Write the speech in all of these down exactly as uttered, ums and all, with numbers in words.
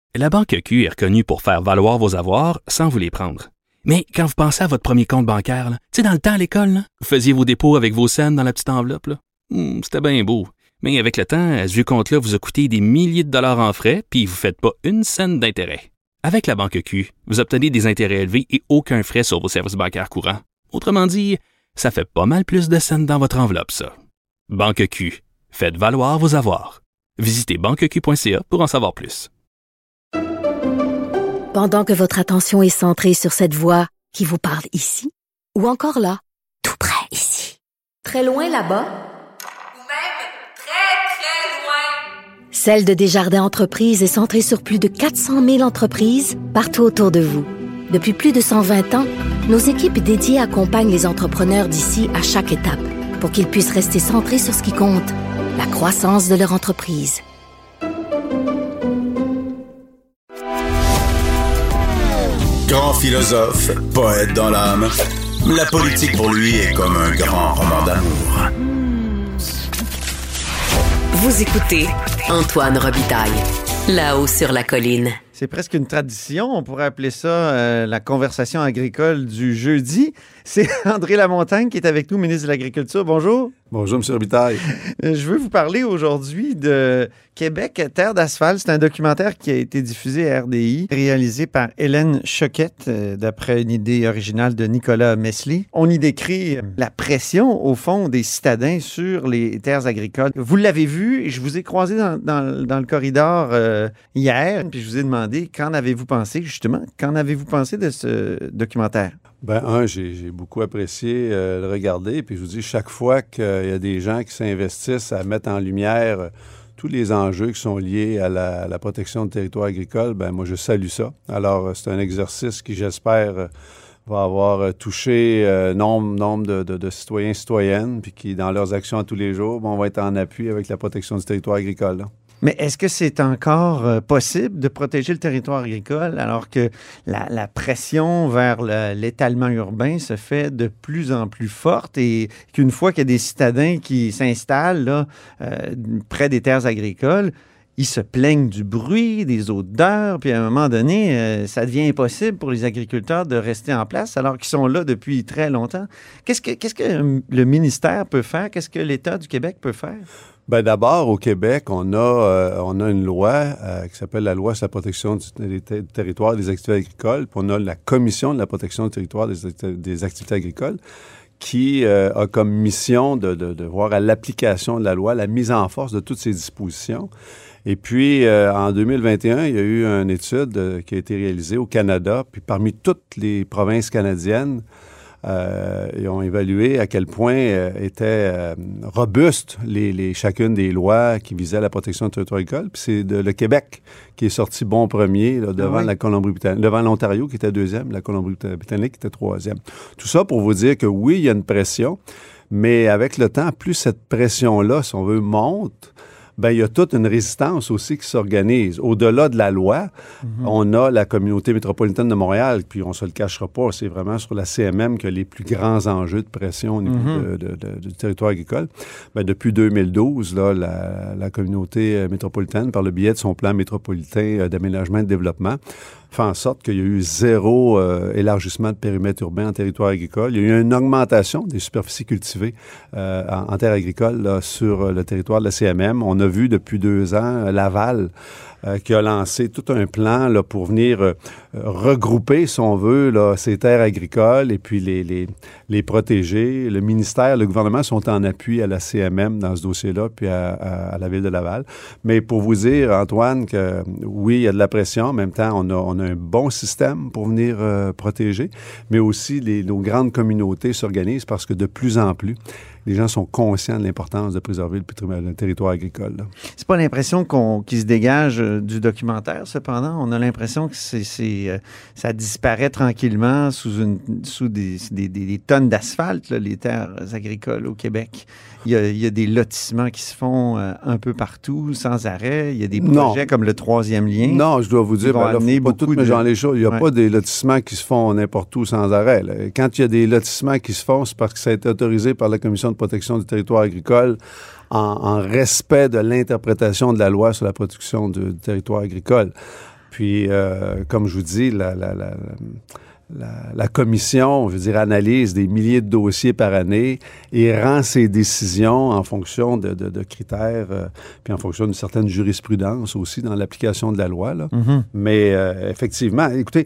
La Banque Q est reconnue pour faire valoir vos avoirs sans vous les prendre. Mais quand vous pensez à votre premier compte bancaire, tu sais, dans le temps à l'école, là, vous faisiez vos dépôts avec vos scènes dans la petite enveloppe. Là. Hum, c'était bien beau. Mais avec le temps, ce vieux compte-là vous a coûté des milliers de dollars en frais, puis vous ne faites pas une scène d'intérêt. Avec la Banque Q, vous obtenez des intérêts élevés et aucun frais sur vos services bancaires courants. Autrement dit, ça fait pas mal plus de scènes dans votre enveloppe, ça. Banque Q. Faites valoir vos avoirs. Visitez banque q point c a pour en savoir plus. Pendant que votre attention est centrée sur cette voix qui vous parle ici, ou encore là, tout près ici, très loin là-bas, ou même très, très loin, Celle de Desjardins Entreprises est centrée sur plus de quatre cent mille entreprises partout autour de vous. Depuis plus de cent vingt ans, nos équipes dédiées accompagnent les entrepreneurs d'ici à chaque étape pour qu'ils puissent rester centrés sur ce qui compte, la croissance de leur entreprise. Grand philosophe, poète dans l'âme, la politique pour lui est comme un grand roman d'amour. Vous écoutez Antoine Robitaille, là-haut sur la colline. C'est presque une tradition, on pourrait appeler ça euh, la conversation agricole du jeudi. C'est André Lamontagne qui est avec nous, ministre de l'Agriculture. Bonjour. Bonjour, M. Robitaille. Euh, je veux vous parler aujourd'hui de Québec, Terre d'asphalte. C'est un documentaire qui a été diffusé à R D I, réalisé par Hélène Choquette, euh, d'après une idée originale de Nicolas Mesley. On y décrit euh, la pression, au fond, des citadins sur les terres agricoles. Vous l'avez vu, et je vous ai croisé dans, dans, dans le corridor euh, hier, puis je vous ai demandé, qu'en avez-vous pensé, justement? Qu'en avez-vous pensé de ce documentaire? Ben, un, j'ai, j'ai beaucoup apprécié euh, le regarder. Puis je vous dis, chaque fois qu'il y a des gens qui s'investissent à mettre en lumière euh, tous les enjeux qui sont liés à la, à la protection du territoire agricole, ben moi, je salue ça. Alors, euh, c'est un exercice qui, j'espère, euh, va avoir euh, touché euh, nombre, nombre de, de, de citoyens et citoyennes, puis qui, dans leurs actions à tous les jours, bon, on va être en appui avec la protection du territoire agricole, là. Mais est-ce que c'est encore euh, possible de protéger le territoire agricole alors que la, la pression vers le, l'étalement urbain se fait de plus en plus forte et qu'une fois qu'il y a des citadins qui s'installent là, euh, près des terres agricoles, ils se plaignent du bruit, des odeurs, puis à un moment donné, euh, ça devient impossible pour les agriculteurs de rester en place alors qu'ils sont là depuis très longtemps. Qu'est-ce que, qu'est-ce que le ministère peut faire? Qu'est-ce que l'État du Québec peut faire? Bien, d'abord, au Québec, on a, euh, on a une loi euh, qui s'appelle la loi sur la protection du, du, du territoire et des activités agricoles, puis on a la Commission de la protection du territoire des, des activités agricoles qui euh, a comme mission de, de, de voir à l'application de la loi, la mise en force de toutes ces dispositions. Et puis, euh, en deux mille vingt et un, il y a eu une étude euh, qui a été réalisée au Canada, puis parmi toutes les provinces canadiennes, Euh, ils ont évalué à quel point euh, étaient euh, robustes les, les, chacune des lois qui visaient la protection du territoire agricole. Puis c'est de, le Québec qui est sorti bon premier là, devant ah oui. la Colombie-Britannique, devant l'Ontario qui était deuxième, la Colombie-Britannique qui était troisième. Tout ça pour vous dire que oui, il y a une pression, mais avec le temps, plus cette pression-là, si on veut, monte, ben il y a toute une résistance aussi qui s'organise. Au-delà de la loi, mm-hmm. on a la communauté métropolitaine de Montréal, puis on se le cachera pas, c'est vraiment sur la C M M que les plus grands enjeux de pression au niveau mm-hmm. de, de, de, du territoire agricole. Ben, depuis deux mille douze, là, la, la communauté métropolitaine, par le biais de son plan métropolitain d'aménagement et de développement, fait en sorte qu'il y a eu zéro euh, élargissement de périmètre urbain en territoire agricole. Il y a eu une augmentation des superficies cultivées euh, en, en terre agricole là, sur le territoire de la C M M. On a vu depuis deux ans Laval euh, qui a lancé tout un plan là, pour venir euh, regrouper, si on veut, là, ces terres agricoles et puis les, les, les protéger. Le ministère, le gouvernement sont en appui à la C M M dans ce dossier-là puis à, à, à la ville de Laval. Mais pour vous dire, Antoine, que oui, il y a de la pression. En même temps, on a, on a un bon système pour venir euh, protéger, mais aussi les, nos grandes communautés s'organisent parce que de plus en plus, les gens sont conscients de l'importance de préserver le, le territoire agricole. Là. C'est pas l'impression qu'on, qui se dégage euh, du documentaire, cependant. On a l'impression que c'est, c'est, euh, ça disparaît tranquillement sous, une, sous des, des, des, des tonnes d'asphalte, là, les terres agricoles au Québec. Il y a, il y a des lotissements qui se font euh, un peu partout, sans arrêt. Il y a des projets non. comme le troisième lien. Non, je dois vous dire, ben, là, faut pas tout mettre dans les choses. Il n'y a ouais. pas des lotissements qui se font n'importe où sans arrêt. Là. Quand il y a des lotissements qui se font, c'est parce que ça a été autorisé par la Commission de protection du territoire agricole en, en respect de l'interprétation de la loi sur la protection du, du territoire agricole. Puis, euh, comme je vous dis, la, la, la, la, la commission, je veux dire, analyse des milliers de dossiers par année et rend ses décisions en fonction de, de, de critères, euh, puis en fonction d'une certaine jurisprudence aussi dans l'application de la loi, là. Mm-hmm. Mais euh, effectivement, écoutez,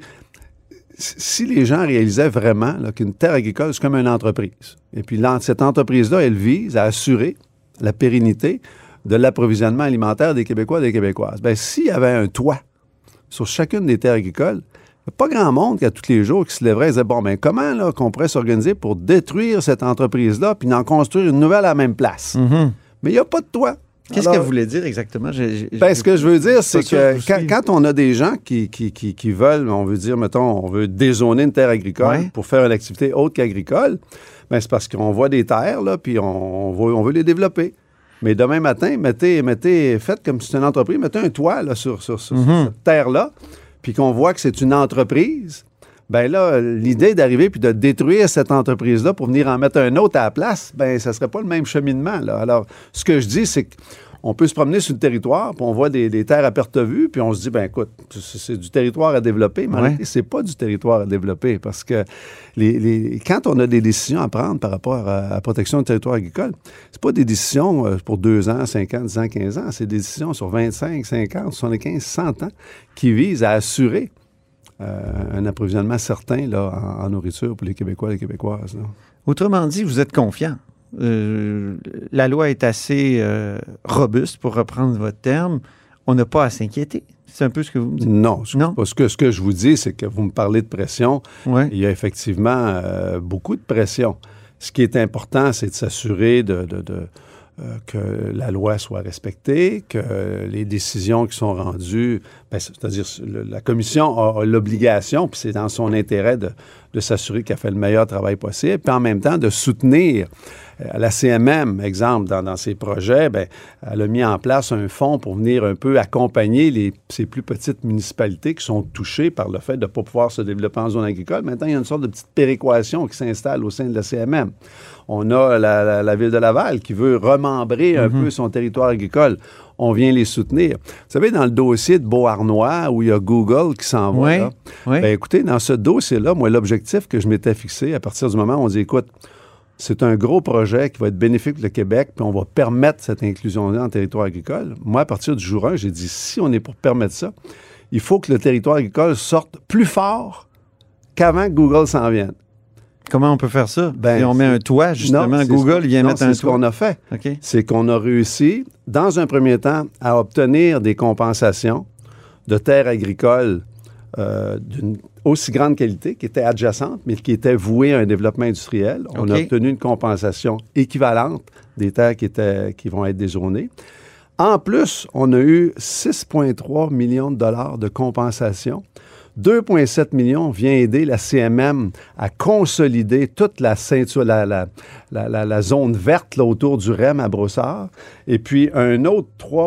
si les gens réalisaient vraiment là, qu'une terre agricole, c'est comme une entreprise, et puis cette entreprise-là, elle vise à assurer la pérennité de l'approvisionnement alimentaire des Québécois et des Québécoises, bien, s'il y avait un toit sur chacune des terres agricoles, il n'y a pas grand monde qui, à tous les jours, qui se lèverait et disait, bon, bien, comment là, qu'on pourrait s'organiser pour détruire cette entreprise-là puis en construire une nouvelle à la même place? Mm-hmm. Mais il n'y a pas de toit. Qu'est-ce qu'elle voulait dire exactement? J'ai, j'ai, ben, ce que je veux dire, c'est que quand, suis... quand on a des gens qui, qui, qui, qui veulent, on veut dire, mettons, on veut dézoner une terre agricole ouais. pour faire une activité autre qu'agricole, ben, c'est parce qu'on voit des terres, là, puis on, on, veut, on veut les développer. Mais demain matin, mettez, mettez, faites comme si c'était une entreprise, mettez un toit là, sur, sur, sur, mm-hmm. sur cette terre-là, puis qu'on voit que c'est une entreprise. Bien là, l'idée d'arriver puis de détruire cette entreprise-là pour venir en mettre un autre à la place, bien, ça ne serait pas le même cheminement, là. Alors, ce que je dis, c'est qu'on peut se promener sur le territoire, puis on voit des, des terres à perte vue, puis on se dit, bien, écoute, c'est, c'est du territoire à développer, mais en réalité, c'est pas du territoire à développer, parce que les, les, quand on a des décisions à prendre par rapport à, à la protection du territoire agricole, c'est pas des décisions pour deux ans, cinq ans, dix ans, quinze ans, c'est des décisions sur vingt-cinq, cinquante, soixante-quinze, cent ans qui visent à assurer Euh, un approvisionnement certain là, en, en nourriture pour les Québécois et les Québécoises. Là. Autrement dit, vous êtes confiant. Euh, la loi est assez euh, robuste, pour reprendre votre terme. On n'a pas à s'inquiéter. C'est un peu ce que vous me dites. Non. non? Ce, que, ce que je vous dis, c'est que vous me parlez de pression. Ouais. Il y a effectivement euh, beaucoup de pression. Ce qui est important, c'est de s'assurer de... de, de Euh, que la loi soit respectée, que les décisions qui sont rendues, ben, c'est-à-dire le, la commission a, a l'obligation, puis c'est dans son intérêt de, de s'assurer qu'elle fait le meilleur travail possible, puis en même temps de soutenir euh, la C M M, exemple, dans, dans ses projets, ben, elle a mis en place un fonds pour venir un peu accompagner les, ces plus petites municipalités qui sont touchées par le fait de ne pas pouvoir se développer en zone agricole. Maintenant, il y a une sorte de petite péréquation qui s'installe au sein de la C M M. On a la, la, la ville de Laval qui veut remembrer un mm-hmm. peu son territoire agricole. On vient les soutenir. Vous savez, dans le dossier de Beauharnois, où il y a Google qui s'en va, oui, là, oui. ben, écoutez, dans ce dossier-là, moi, l'objectif que je m'étais fixé, à partir du moment où on dit, écoute, c'est un gros projet qui va être bénéfique pour le Québec, puis on va permettre cette inclusion-là en territoire agricole. Moi, à partir du jour un, j'ai dit, si on est pour permettre ça, il faut que le territoire agricole sorte plus fort qu'avant que Google s'en vienne. Comment on peut faire ça? Ben, si on met un toit, justement, non, Google ce, vient non, mettre un toit. C'est ce qu'on a fait. Okay. C'est qu'on a réussi, dans un premier temps, à obtenir des compensations de terres agricoles euh, d'une aussi grande qualité, qui étaient adjacentes, mais qui étaient vouées à un développement industriel. Okay. On a obtenu une compensation équivalente des terres qui, étaient, qui vont être dézonées. En plus, on a eu six virgule trois millions de dollars de compensation. deux virgule sept millions vient aider la C M M à consolider toute la ceinture, la, la, la, la, la zone verte là, autour du R E M à Brossard. Et puis, un autre trois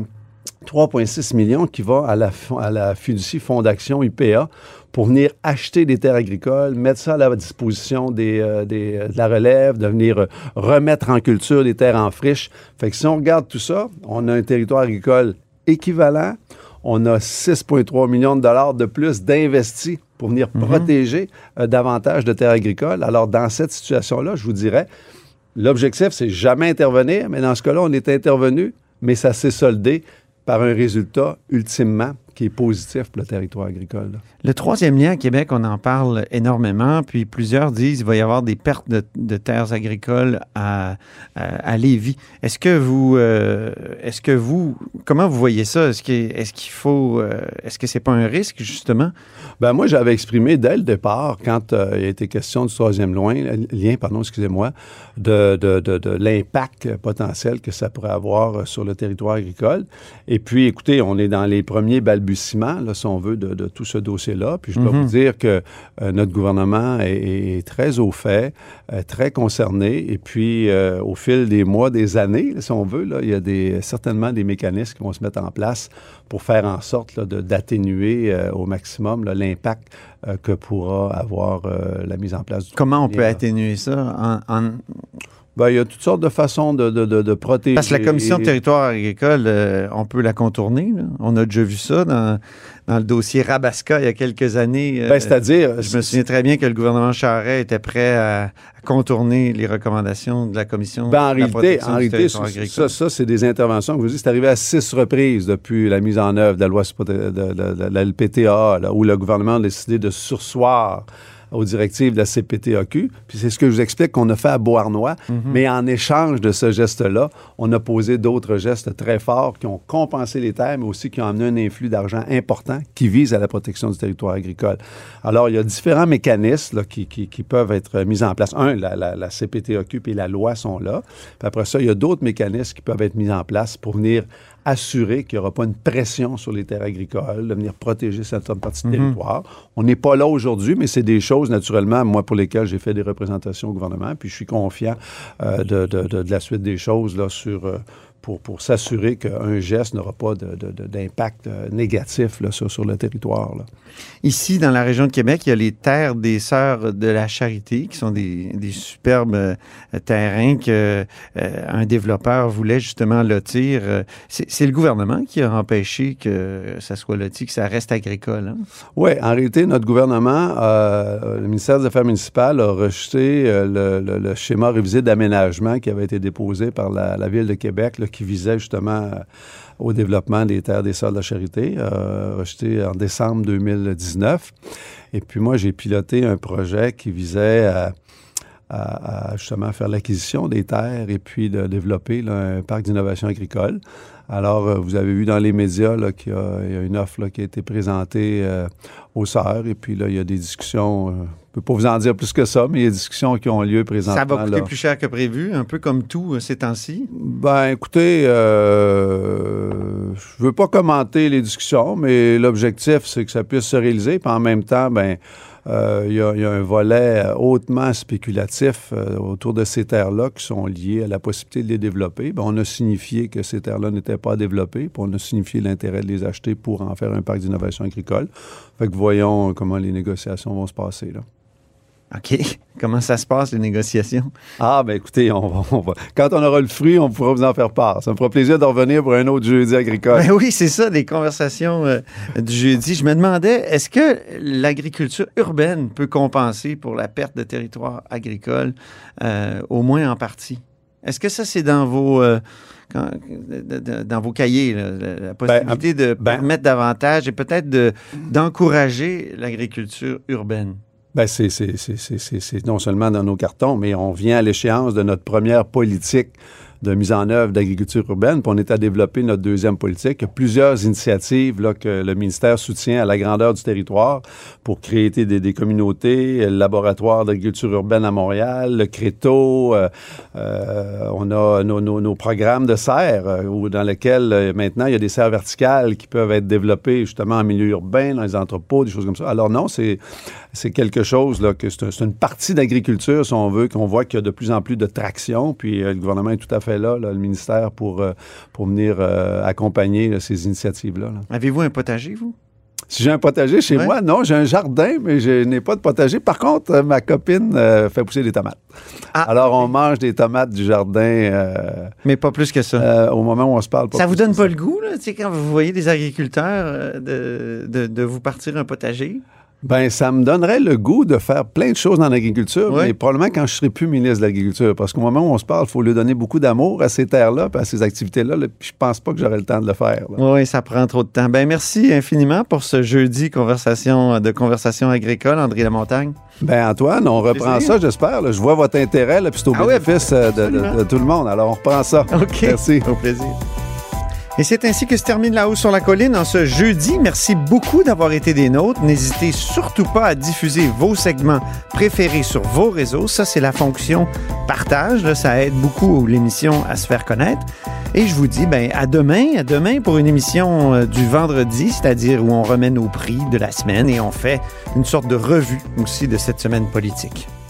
virgule six millions qui va à la, à la fiducie Fondation U P A pour venir acheter des terres agricoles, mettre ça à la disposition des, euh, des, de la relève, de venir euh, remettre en culture des terres en friche. Fait que si on regarde tout ça, on a un territoire agricole équivalent. On a six virgule trois millions de dollars de plus d'investis pour venir mm-hmm. protéger euh, davantage de terres agricoles. Alors, dans cette situation-là, je vous dirais, l'objectif, c'est jamais intervenir, mais dans ce cas-là, on est intervenu, mais ça s'est soldé par un résultat, ultimement, qui est positif pour le territoire agricole. Là. Le troisième lien à Québec, on en parle énormément, puis plusieurs disent qu'il va y avoir des pertes de, de terres agricoles à, à, à Lévis. Est-ce que vous, euh, est-ce que vous, comment vous voyez ça? Est-ce, que, est-ce qu'il faut, euh, est-ce que c'est pas un risque, justement? Ben moi, j'avais exprimé dès le départ, quand euh, il a été question du troisième loin, lien, pardon, excusez-moi, de, de, de, de l'impact potentiel que ça pourrait avoir sur le territoire agricole. Et puis, écoutez, on est dans les premiers balbutiements, là, si on veut, de, de tout ce dossier-là. Puis je dois mm-hmm. vous dire que euh, notre gouvernement est, est très au fait, euh, très concerné. Et puis, euh, au fil des mois, des années, là, si on veut, là, il y a des, certainement des mécanismes qui vont se mettre en place pour faire en sorte là, de, d'atténuer euh, au maximum là, l'impact euh, que pourra avoir euh, la mise en place du... Comment on peut atténuer ça en... en... Ben, il y a toutes sortes de façons de, de, de, de protéger. Parce que la commission de territoire agricole, euh, on peut la contourner. Là. On a déjà vu ça dans, dans le dossier Rabasca il y a quelques années. Euh, ben, c'est-à-dire... Je me souviens très bien que le gouvernement Charest était prêt à, à contourner les recommandations de la commission ben, en de la réalité, protection en du réalité, territoire agricole. Ça, ça, c'est des interventions que vous dites, c'est arrivé à six reprises depuis la mise en œuvre de la loi de, de, de, de, de la L P T A, là, où le gouvernement a décidé de surseoir aux directives de la C P T A Q. Puis c'est ce que je vous explique qu'on a fait à Beauharnois. Mm-hmm. Mais en échange de ce geste-là, on a posé d'autres gestes très forts qui ont compensé les terres, mais aussi qui ont amené un influx d'argent important qui vise à la protection du territoire agricole. Alors, il y a différents mécanismes là, qui, qui, qui peuvent être mis en place. Un, la, la, la C P T A Q et la loi sont là. Puis après ça, il y a d'autres mécanismes qui peuvent être mis en place pour venir assurer qu'il n'y aura pas une pression sur les terres agricoles, de venir protéger certaines parties du mm-hmm. territoire. On n'est pas là aujourd'hui, mais c'est des choses, naturellement, moi, pour lesquelles j'ai fait des représentations au gouvernement, puis je suis confiant euh, de, de, de, de la suite des choses là, sur... Euh, Pour, pour s'assurer qu'un geste n'aura pas de, de, de, d'impact négatif là, sur, sur le territoire. Là. Ici, dans la région de Québec, il y a les terres des Sœurs de la Charité, qui sont des, des superbes euh, terrains qu'un euh, développeur voulait justement lotir. C'est, c'est le gouvernement qui a empêché que ça soit loti, que ça reste agricole. Hein? Oui, en réalité, notre gouvernement, euh, le ministère des Affaires municipales a rejeté euh, le, le, le schéma révisé d'aménagement qui avait été déposé par la, la Ville de Québec, là, qui visait justement euh, au développement des terres des Sœurs de la Charité, euh, rejeté en décembre deux mille dix-neuf. Et puis moi, j'ai piloté un projet qui visait à, à, à justement faire l'acquisition des terres et puis de développer là, un parc d'innovation agricole. Alors, euh, vous avez vu dans les médias là, qu'il y a, il y a une offre là, qui a été présentée euh, aux Sœurs. Et puis là, il y a des discussions... Euh, je ne peux pas vous en dire plus que ça, mais il y a des discussions qui ont lieu présentement. Ça va coûter là. plus cher que prévu, un peu comme tout euh, ces temps-ci? Ben, écoutez, euh, je ne veux pas commenter les discussions, mais l'objectif, c'est que ça puisse se réaliser. Puis en même temps, ben, euh, il y a, il y a un volet hautement spéculatif euh, autour de ces terres-là qui sont liées à la possibilité de les développer. Ben, on a signifié que ces terres-là n'étaient pas développées, puis on a signifié l'intérêt de les acheter pour en faire un parc d'innovation agricole. Fait que voyons comment les négociations vont se passer, là. OK. Comment ça se passe, les négociations? Ah, bien, écoutez, on va, on va, quand on aura le fruit, on pourra vous en faire part. Ça me fera plaisir de revenir pour un autre jeudi agricole. Ben oui, c'est ça, les conversations euh, du jeudi. Je me demandais, est-ce que l'agriculture urbaine peut compenser pour la perte de territoire agricole, euh, au moins en partie? Est-ce que ça, c'est dans vos... Euh, Quand, de, de, dans vos cahiers, là, la possibilité ben, de ben, permettre davantage et peut-être de, d'encourager l'agriculture urbaine? Bien, c'est, c'est, c'est, c'est, c'est, c'est non seulement dans nos cartons, mais on vient à l'échéance de notre première politique de mise en œuvre d'agriculture urbaine, puis on est à développer notre deuxième politique. Il y a plusieurs initiatives là, que le ministère soutient à la grandeur du territoire pour créer des, des communautés, le laboratoire d'agriculture urbaine à Montréal, le Créteau, euh, euh, on a nos, nos, nos programmes de serres euh, dans lesquels euh, maintenant il y a des serres verticales qui peuvent être développées justement en milieu urbain, dans les entrepôts, des choses comme ça. Alors non, c'est, c'est quelque chose, là, que c'est, un, c'est une partie d'agriculture, si on veut, qu'on voit qu'il y a de plus en plus de traction, puis euh, le gouvernement est tout à fait là, là, le ministère, pour, euh, pour venir euh, accompagner là, ces initiatives-là. Là. Avez-vous un potager, vous? Si j'ai un potager chez ouais. moi, non, j'ai un jardin, mais je n'ai pas de potager. Par contre, euh, ma copine euh, fait pousser des tomates. Ah, Alors, on mange des tomates du jardin. Euh, mais pas plus que ça. Euh, au moment où on se parle. Pas ça vous donne pas ça. le goût, là, tu sais, quand vous voyez des agriculteurs, euh, de, de, de vous partir un potager? Bien, ça me donnerait le goût de faire plein de choses dans l'agriculture, oui. mais probablement quand je ne serai plus ministre de l'Agriculture. Parce qu'au moment où on se parle, il faut lui donner beaucoup d'amour à ces terres-là, à ces activités-là. Là, puis je pense pas que j'aurai le temps de le faire. Là. Oui, ça prend trop de temps. Bien, merci infiniment pour ce jeudi conversation, de conversation agricole, André Lamontagne. Bien, Antoine, on reprend ça, j'espère. Là. Je vois votre intérêt, là, puis c'est au ah bénéfice oui, de, de, de tout le monde. Alors, on reprend ça. OK. Merci. Au plaisir. Et c'est ainsi que se termine La Haut sur la Colline en ce jeudi. Merci beaucoup d'avoir été des nôtres. N'hésitez surtout pas à diffuser vos segments préférés sur vos réseaux. Ça, c'est la fonction partage. Là, ça aide beaucoup l'émission à se faire connaître. Et je vous dis ben, à demain, à demain pour une émission euh, du vendredi, c'est-à-dire où on remet nos prix de la semaine et on fait une sorte de revue aussi de cette semaine politique.